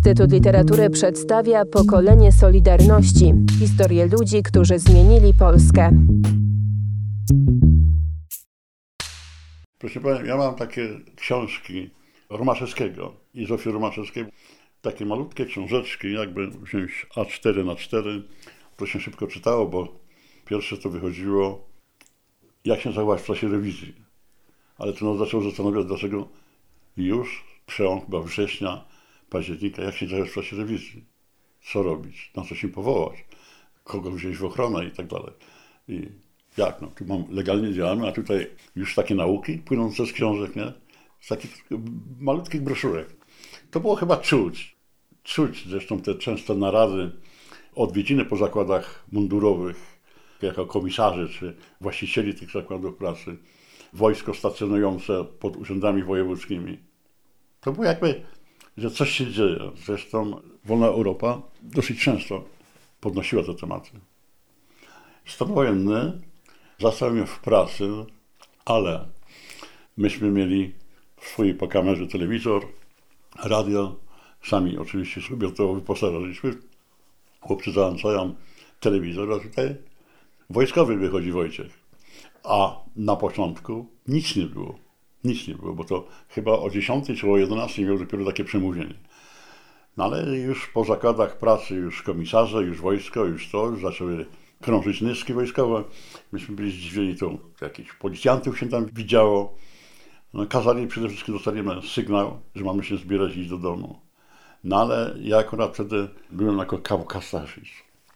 Instytut Literatury przedstawia Pokolenie Solidarności. Historię ludzi, którzy zmienili Polskę. Proszę Państwa, ja mam takie książki Romaszewskiego i Zofii Romaszewskiej. Takie malutkie książeczki, jakby wziąć A4x4. To się szybko czytało, bo pierwsze to wychodziło, jak się zachować w czasie rewizji. Ale to nas zaczęło zastanawiać, dlaczego już przełom chyba września, października, jak się zachować w czasie rewizji. Co robić, na co się powołać, kogo wziąć w ochronę i tak dalej. I jak, no tu legalnie działamy, a tutaj już takie nauki płynące z książek, nie? Z takich malutkich broszurek. To było chyba czuć, zresztą te często narady, odwiedziny po zakładach mundurowych, jako komisarzy czy właścicieli tych zakładów pracy, wojsko stacjonujące pod urzędami wojewódzkimi. To było jakby, że coś się dzieje. Zresztą Wolna Europa dosyć często podnosiła te tematy. Stan wojenny zastał mnie w pracy, ale myśmy mieli w swojej pokamerze telewizor, radio, sami oczywiście sobie to wyposażyliśmy. Chłopcy załączają telewizor, a tutaj wojskowy wychodzi Wojciech. A na początku nic nie było, bo to chyba o 10 czy o 11 miał dopiero takie przemówienie. No ale już po zakładach pracy, już komisarze, już wojsko, już zaczęły krążyć nyski wojskowe. Myśmy byli zdziwieni, to jakichś policjantów się tam widziało. No, kazali, przede wszystkim dostaliśmy sygnał, że mamy się zbierać i iść do domu. No ale ja akurat wtedy byłem jako KWK Staszic.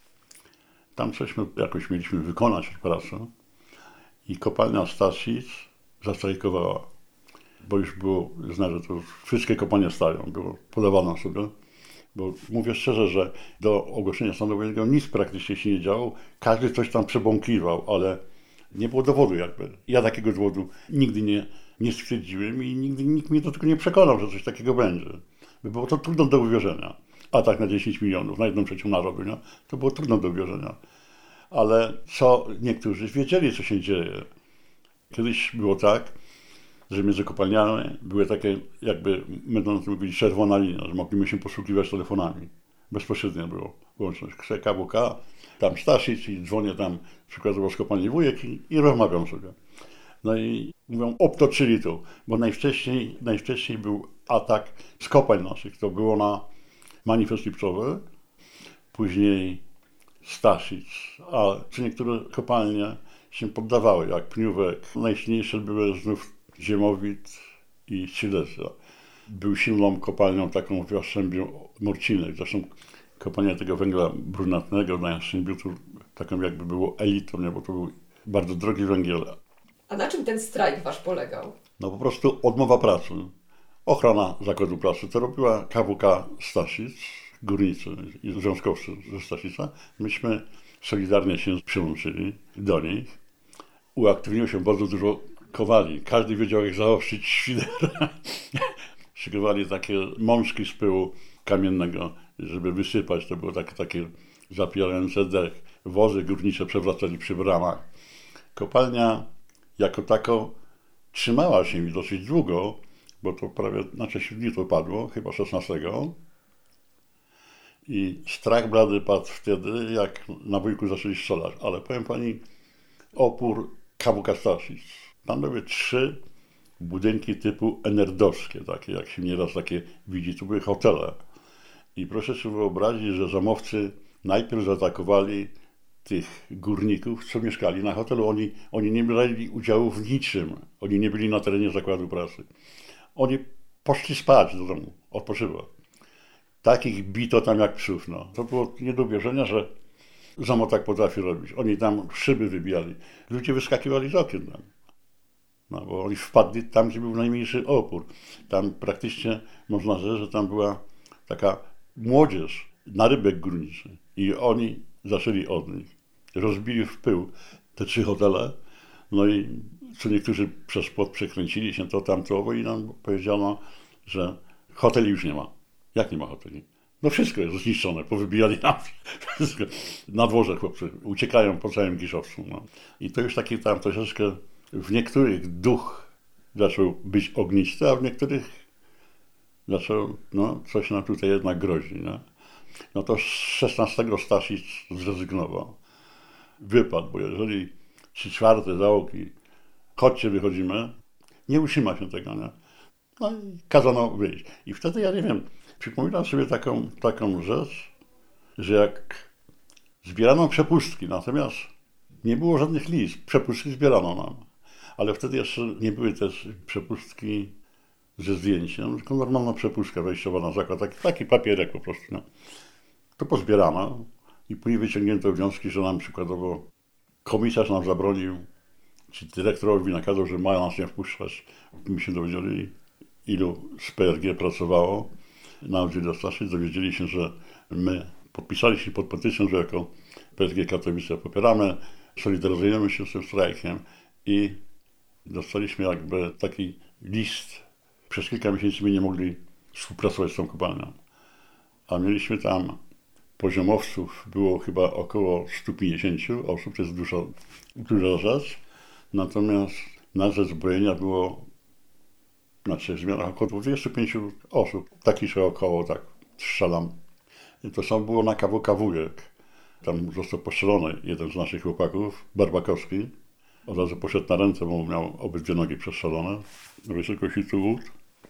Tam cośmy jakoś mieliśmy wykonać pracę i kopalnia Staszic zastrajkowała, bo już było znane, że to wszystkie kopalnie stają, było podawane sobie. Bo mówię szczerze, że do ogłoszenia stanu wojennego nic praktycznie się nie działo, każdy coś tam przebąkiwał, ale nie było dowodu jakby. Ja takiego dowodu nigdy nie stwierdziłem i nigdy nikt mnie do tego nie przekonał, że coś takiego będzie. Było to trudno do uwierzenia. Atak na 10 milionów, na 1/3 narodu, nie? To było trudno do uwierzenia. Ale niektórzy wiedzieli, co się dzieje. Kiedyś było tak, że między kopalniami były takie, jakby my na tym mówili, czerwona linia, że mogliśmy się posługiwać telefonami. Bezpośrednio było łączność. KWK, tam Staszic i dzwonię tam przykładowo z kopalni Wujek i rozmawiam sobie. No i mówią, obtoczyli to, bo najwcześniej był atak z kopalń naszych. To było na Manifest Lipcowy, później Staszic, a czy niektóre kopalnie się poddawały, jak Pniówek. Najsilniejsze były znów Ziemowit i Silesia. Był silną kopalnią taką w Jastrzębiu Morcinek. Zresztą kopalnia tego węgla brunatnego na Jastrzębiu to taką jakby było elitą, nie? Bo to był bardzo drogi węgiel. A na czym ten strajk wasz polegał? No po prostu odmowa pracy. Ochrona zakładu pracy to robiła KWK Staszic, górnicy i związkowcy ze Staszica. Myśmy solidarnie się przyłączyli do nich. Uaktywniło się bardzo dużo kowali. Każdy wiedział, jak zaostrzyć świder. Szykowali takie mączki z pyłu kamiennego, żeby wysypać. To było takie zapierające dech. Wozy górnicze przewracali przy bramach. Kopalnia jako tako trzymała się dosyć długo, bo to prawie na 3 dni to padło, chyba 16. I strach blady padł wtedy, jak na Wujku zaczęli strzelać. Ale powiem pani, opór KWK Staszic. Tam były 3 budynki typu enerdowskie, takie jak się nieraz takie widzi. To były hotele. I proszę sobie wyobrazić, że zamowcy najpierw zaatakowali tych górników, co mieszkali na hotelu. Oni nie brali udziału w niczym. Oni nie byli na terenie zakładu pracy. Oni poszli spać do domu, odpoczywać. Takich bito tam jak psów. No. To było nie do uwierzenia, że ZOMO tak potrafi robić. Oni tam szyby wybijali. Ludzie wyskakiwali z okien tam. No, bo oni wpadli tam, gdzie był najmniejszy opór. Tam praktycznie można rzec, że tam była taka młodzież, narybek górniczy. I oni zaczęli od nich. Rozbili w pył te 3 hotele. No i co niektórzy przez płot przekręcili się to, tamto, i nam powiedziano, że hoteli już nie ma. Jak nie ma hoteli? No wszystko jest zniszczone, powybijali nam wszystko. Na dworze chłopcy uciekają po całym Giszowcu. No. I to już taki tam troszeczkę w niektórych duch zaczął być ognisty, a w niektórych zaczął, coś nam tutaj jednak grozi, nie? No to z 16 Stasic zrezygnował. Wypadł, bo jeżeli 3/4 załogi, chodźcie, wychodzimy, nie utrzyma się tego, nie? No i kazano wyjść. I wtedy, ja nie wiem, przypominam sobie taką rzecz, że jak zbierano przepustki, natomiast nie było żadnych list, przepustki zbierano nam. Ale wtedy jeszcze nie były też przepustki ze zdjęciem, tylko normalna przepustka wejściowa na zakład, taki papierek po prostu. No. To pozbierano i później wyciągnięto wnioski, że nam przykładowo komisarz nam zabronił, czy dyrektorowi nakazał, że mają nas nie wpuszczać. My się dowiedzieli, ilu z PRG pracowało na oddziale Stasic. Dowiedzieli się, że my podpisaliśmy pod petycją, że jako PSG Katowice popieramy, solidaryzujemy się z tym strajkiem i dostaliśmy jakby taki list. Przez kilka miesięcy my nie mogli współpracować z tą kopalnią. A mieliśmy tam poziomowców, było chyba około 150 osób, to jest duża rzecz. Natomiast na rzecz zbrojenia było na trzech zmianach około 25 osób. Taki się około, tak strzelam. I to było na kawujek. Tam został postrzelony jeden z naszych chłopaków, Barbakowski. Od razu poszedł na ręce, bo miał obydwie nogi przestrzelone. Na wysokości tu łód.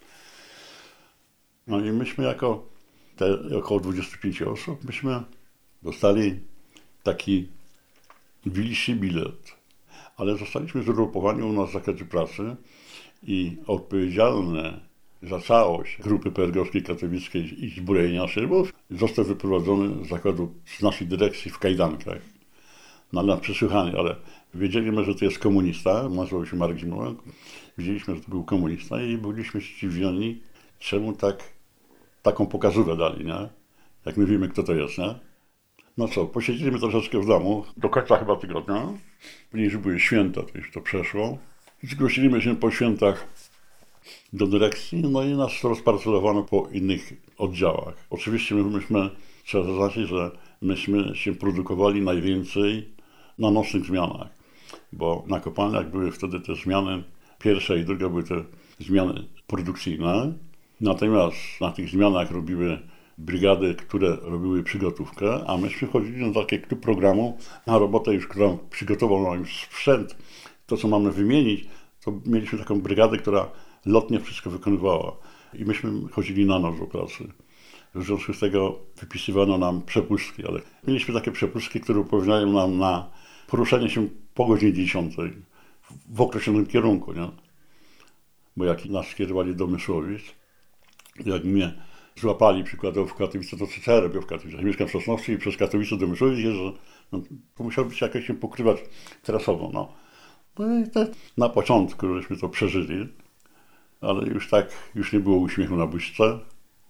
No i myśmy jako te około 25 osób, myśmy dostali taki wilszy bilet. Ale zostaliśmy zgrupowani u nas w zakładzie pracy i odpowiedzialny za całość grupy PRG-owskiej katowickiej i zbrojenia Serbów został wyprowadzony z zakładu, z naszej dyrekcji w kajdankach na przesłuchanie, ale wiedzieliśmy, że to jest komunista, nazywał się Marek Zimołek, wiedzieliśmy, że to był komunista i byliśmy zdziwieni, czemu taką pokazówkę dali, nie? Jak my wiemy, kto to jest, nie? No co, posiedzieliśmy troszeczkę w domu, do końca chyba tygodnia, później już były święta, to już to przeszło. Zgłosiliśmy się po świętach do dyrekcji, no i nas rozparcelowano po innych oddziałach. Oczywiście trzeba zaznaczyć, że myśmy się produkowali najwięcej na nocnych zmianach, bo na kopalniach były wtedy te zmiany, pierwsza i druga były te zmiany produkcyjne, natomiast na tych zmianach robiły brygady, które robiły przygotówkę, a myśmy chodzili na takie klub programu, na robotę już, która przygotował nam już sprzęt, to co mamy wymienić, to mieliśmy taką brygadę, która lotnie wszystko wykonywała i myśmy chodzili na noc do pracy. W związku z tego wypisywano nam przepustki, ale mieliśmy takie przepustki, które upoważniają nam na poruszanie się po godzinie 10 w określonym kierunku, nie? Bo jak nas kierowali do Mysłowic, jak mnie złapali przykładowo w Katowice, to co ja robię w Katowicach? Mieszkam w Sosnowcu i przez Katowice do Mysłowic jeżdżę, to musiało być jakoś się pokrywać trasowo, no. No i na początku żeśmy to przeżyli, ale już nie było uśmiechu na buźce,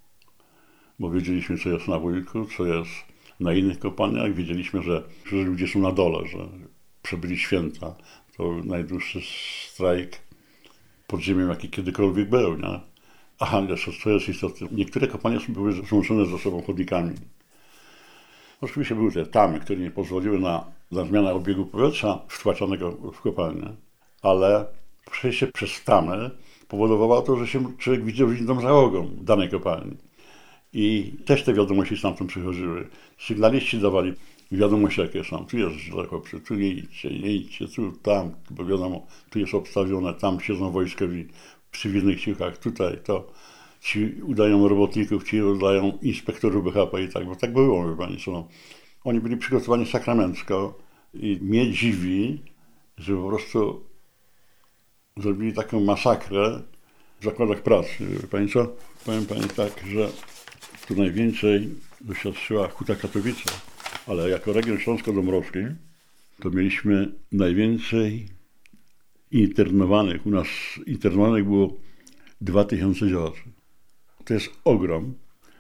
bo wiedzieliśmy, co jest na Wujku, co jest na innych kopalniach. Wiedzieliśmy, że ludzie są na dole, że przebyli święta. To najdłuższy strajk pod ziemią, jaki kiedykolwiek był, nie? Aha, jeszcze co jest istotne. Niektóre kopalnie były złączone ze sobą chodnikami. Oczywiście były te tamy, które nie pozwoliły na zmianę obiegu powietrza wtłaczanego w kopalnię, ale przejście przez tamy powodowało to, że się człowiek widział z inną załogą danej kopalni. I też te wiadomości stamtąd przychodziły. Sygnaliści dawali wiadomości, jakie są. Tu jest źle, chłopcy, tu nie idźcie, tu, tam, bo wiadomo, tu jest obstawione, tam siedzą wojskowi w cywilnych ciuchach, tutaj to. Ci udają robotników, ci udają inspektorów BHP i tak, bo tak było, wie pani co. Oni byli przygotowani sakramencko i mnie dziwi, że po prostu zrobili taką masakrę w zakładach pracy. Wie pani co? Powiem pani tak, że tu najwięcej doświadczyła Huta Katowice, ale jako region śląsko-dąbrowski to mieliśmy najwięcej internowanych. U nas internowanych było 2000 działaczy. To jest ogrom.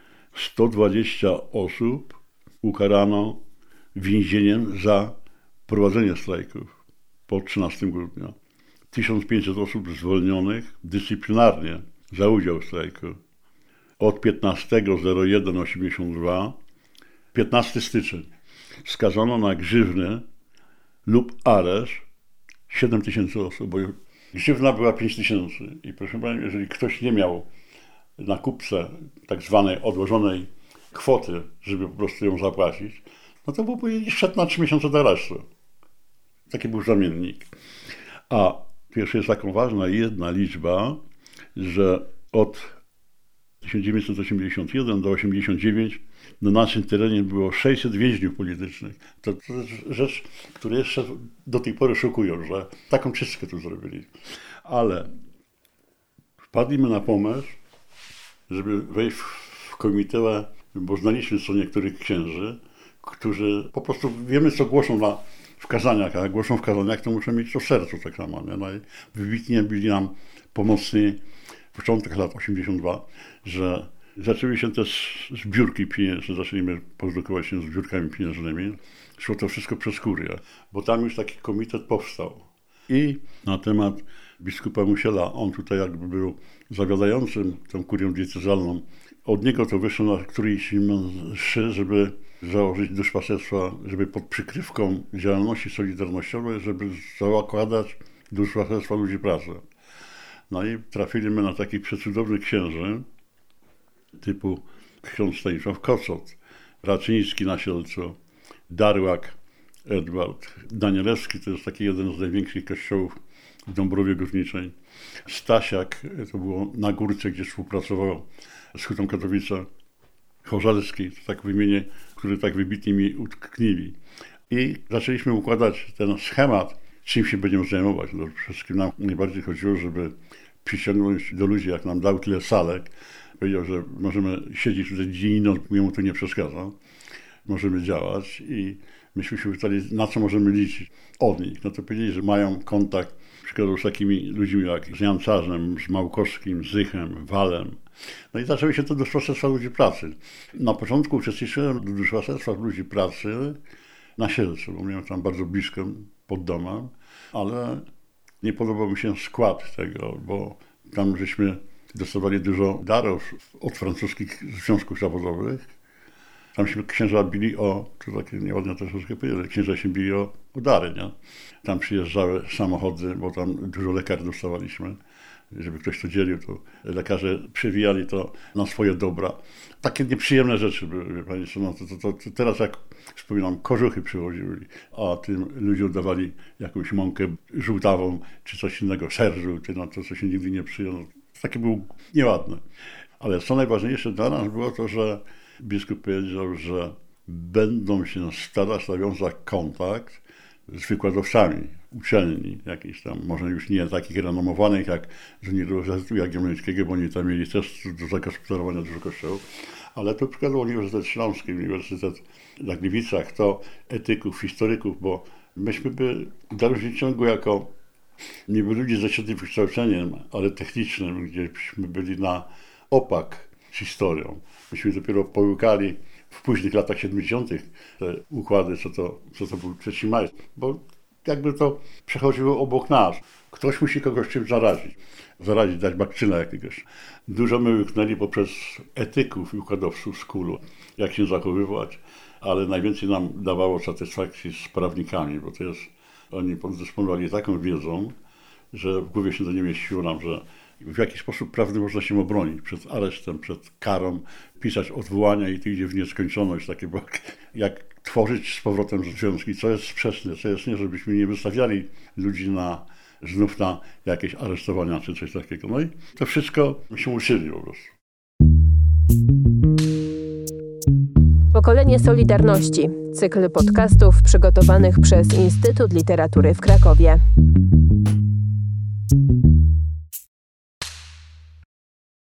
120 osób ukarano więzieniem za prowadzenie strajków po 13 grudnia. 1500 osób zwolnionych dyscyplinarnie za udział w strajku. Od 15.01.82, 15 stycznia, skazano na grzywny lub areszt 7000 osób, bo grzywna była 5000. I proszę Pani, jeżeli ktoś nie miał na kupce tak zwanej odłożonej kwoty, żeby po prostu ją zapłacić, no to byłby szedł na 3 miesiące do aresztu. Taki był zamiennik. A tu jeszcze jest taką ważna jedna liczba, że od 1981 do 1989 na naszym terenie było 600 więźniów politycznych. To jest rzecz, która jeszcze do tej pory szokują, że taką czystkę tu zrobili. Ale wpadliśmy na pomysł, żeby wejść w komitetę, bo znaliśmy co niektórych księży, którzy po prostu wiemy, co głoszą w kazaniach, a jak głoszą w kazaniach, to muszą mieć to w sercu tak samo. Nie? No i wybitnie byli nam pomocni w początkach lat 82, że zaczęły się też zbiórki pieniężne, zaczęliśmy produkować się zbiórkami pieniężnymi. Szło to wszystko przez kurię, bo tam już taki komitet powstał. I na temat biskupa Musiela, on tutaj jakby był zawiadającym tą kurią diecezjalną. Od niego to wyszło na którejś mszy, żeby założyć duszpasterstwa, żeby pod przykrywką działalności solidarnościowej, żeby zakładać duszpasterstwa ludzi pracy. No i trafiliśmy na takich przecudownych księży, typu ksiądz Stanisław Kocot, Raczyński na Sielcu, Darłak, Edward, Danielewski, to jest taki jeden z największych kościołów w Dąbrowie Górniczej. Stasiak, to było na Górce, gdzie współpracował z Hutą Katowice. Chorzalski, to tak wymienię, którzy tak wybitnie mi utknęli. I zaczęliśmy układać ten schemat, czym się będziemy zajmować. No, przede wszystkim nam najbardziej chodziło, żeby przyciągnąć do ludzi, jak nam dał tyle salek. Powiedział, że możemy siedzieć tutaj dzień i noc, jemu to nie przeszkadza. Możemy działać i myśmy się pytali, na co możemy liczyć od nich. No to powiedzieli, że mają kontakt przykładowo z takimi ludźmi jak z Jancarzem, z Małkowskim, Zychem, Walem. No i zaczęły się to duszpasterstwa ludzi pracy. Na początku uczestniczyłem w duszpasterstwach ludzi pracy na Sielcu, bo miałem tam bardzo blisko pod domem, ale nie podobał mi się skład tego, bo tam żeśmy dostawali dużo darów od francuskich związków zawodowych. Tam się księża bili to takie nieładnie troszeczkę powiedzieć, księża się bili o dary, nie? Tam przyjeżdżały samochody, bo tam dużo lekarzy dostawaliśmy. Żeby ktoś to dzielił, to lekarze przewijali to na swoje dobra. Takie nieprzyjemne rzeczy były, wie Państwo. No to teraz jak wspominam, kożuchy przywoziły, a tym ludziom dawali jakąś mąkę żółtawą, czy coś innego, ser żółty, no to co się nigdy nie przyjęło. Takie było nieładne. Ale co najważniejsze dla nas było to, że biskup powiedział, że będą się starać nawiązać kontakt z wykładowcami uczelni jakichś tam, może już nie takich renomowanych jak z Uniwersytetu Jagiellońskiego, bo oni tam mieli też do zagospodarowania dużo kościołów, ale to przykładowo Uniwersytet Śląski, Uniwersytet na Gliwicach, to etyków, historyków, bo myśmy byli w dalszym ciągu jako niby ludzie ze średnim wykształceniem, ale technicznym, gdzieśmy byli na opak z historią. Myśmy dopiero połykali w późnych latach 70. te układy, co to był 3 maj, bo jakby to przechodziło obok nas. Ktoś musi kogoś czymś zarazić, dać bakcyla jakiegoś. Dużo my łyknęli poprzez etyków i układowców z KUL-u, jak się zachowywać, ale najwięcej nam dawało satysfakcji z prawnikami, bo to jest, oni dysponowali taką wiedzą, że w głowie się to nie mieściło nam, że w jaki sposób prawny można się obronić przed aresztem, przed karą, pisać odwołania i to idzie w nieskończoność, takie, bo jak tworzyć z powrotem związki, co jest sprzeczne, co jest nie, żebyśmy nie wystawiali ludzi znów na jakieś aresztowania czy coś takiego. No i to wszystko się uczyli po prostu. Pokolenie Solidarności. Cykl podcastów przygotowanych przez Instytut Literatury w Krakowie.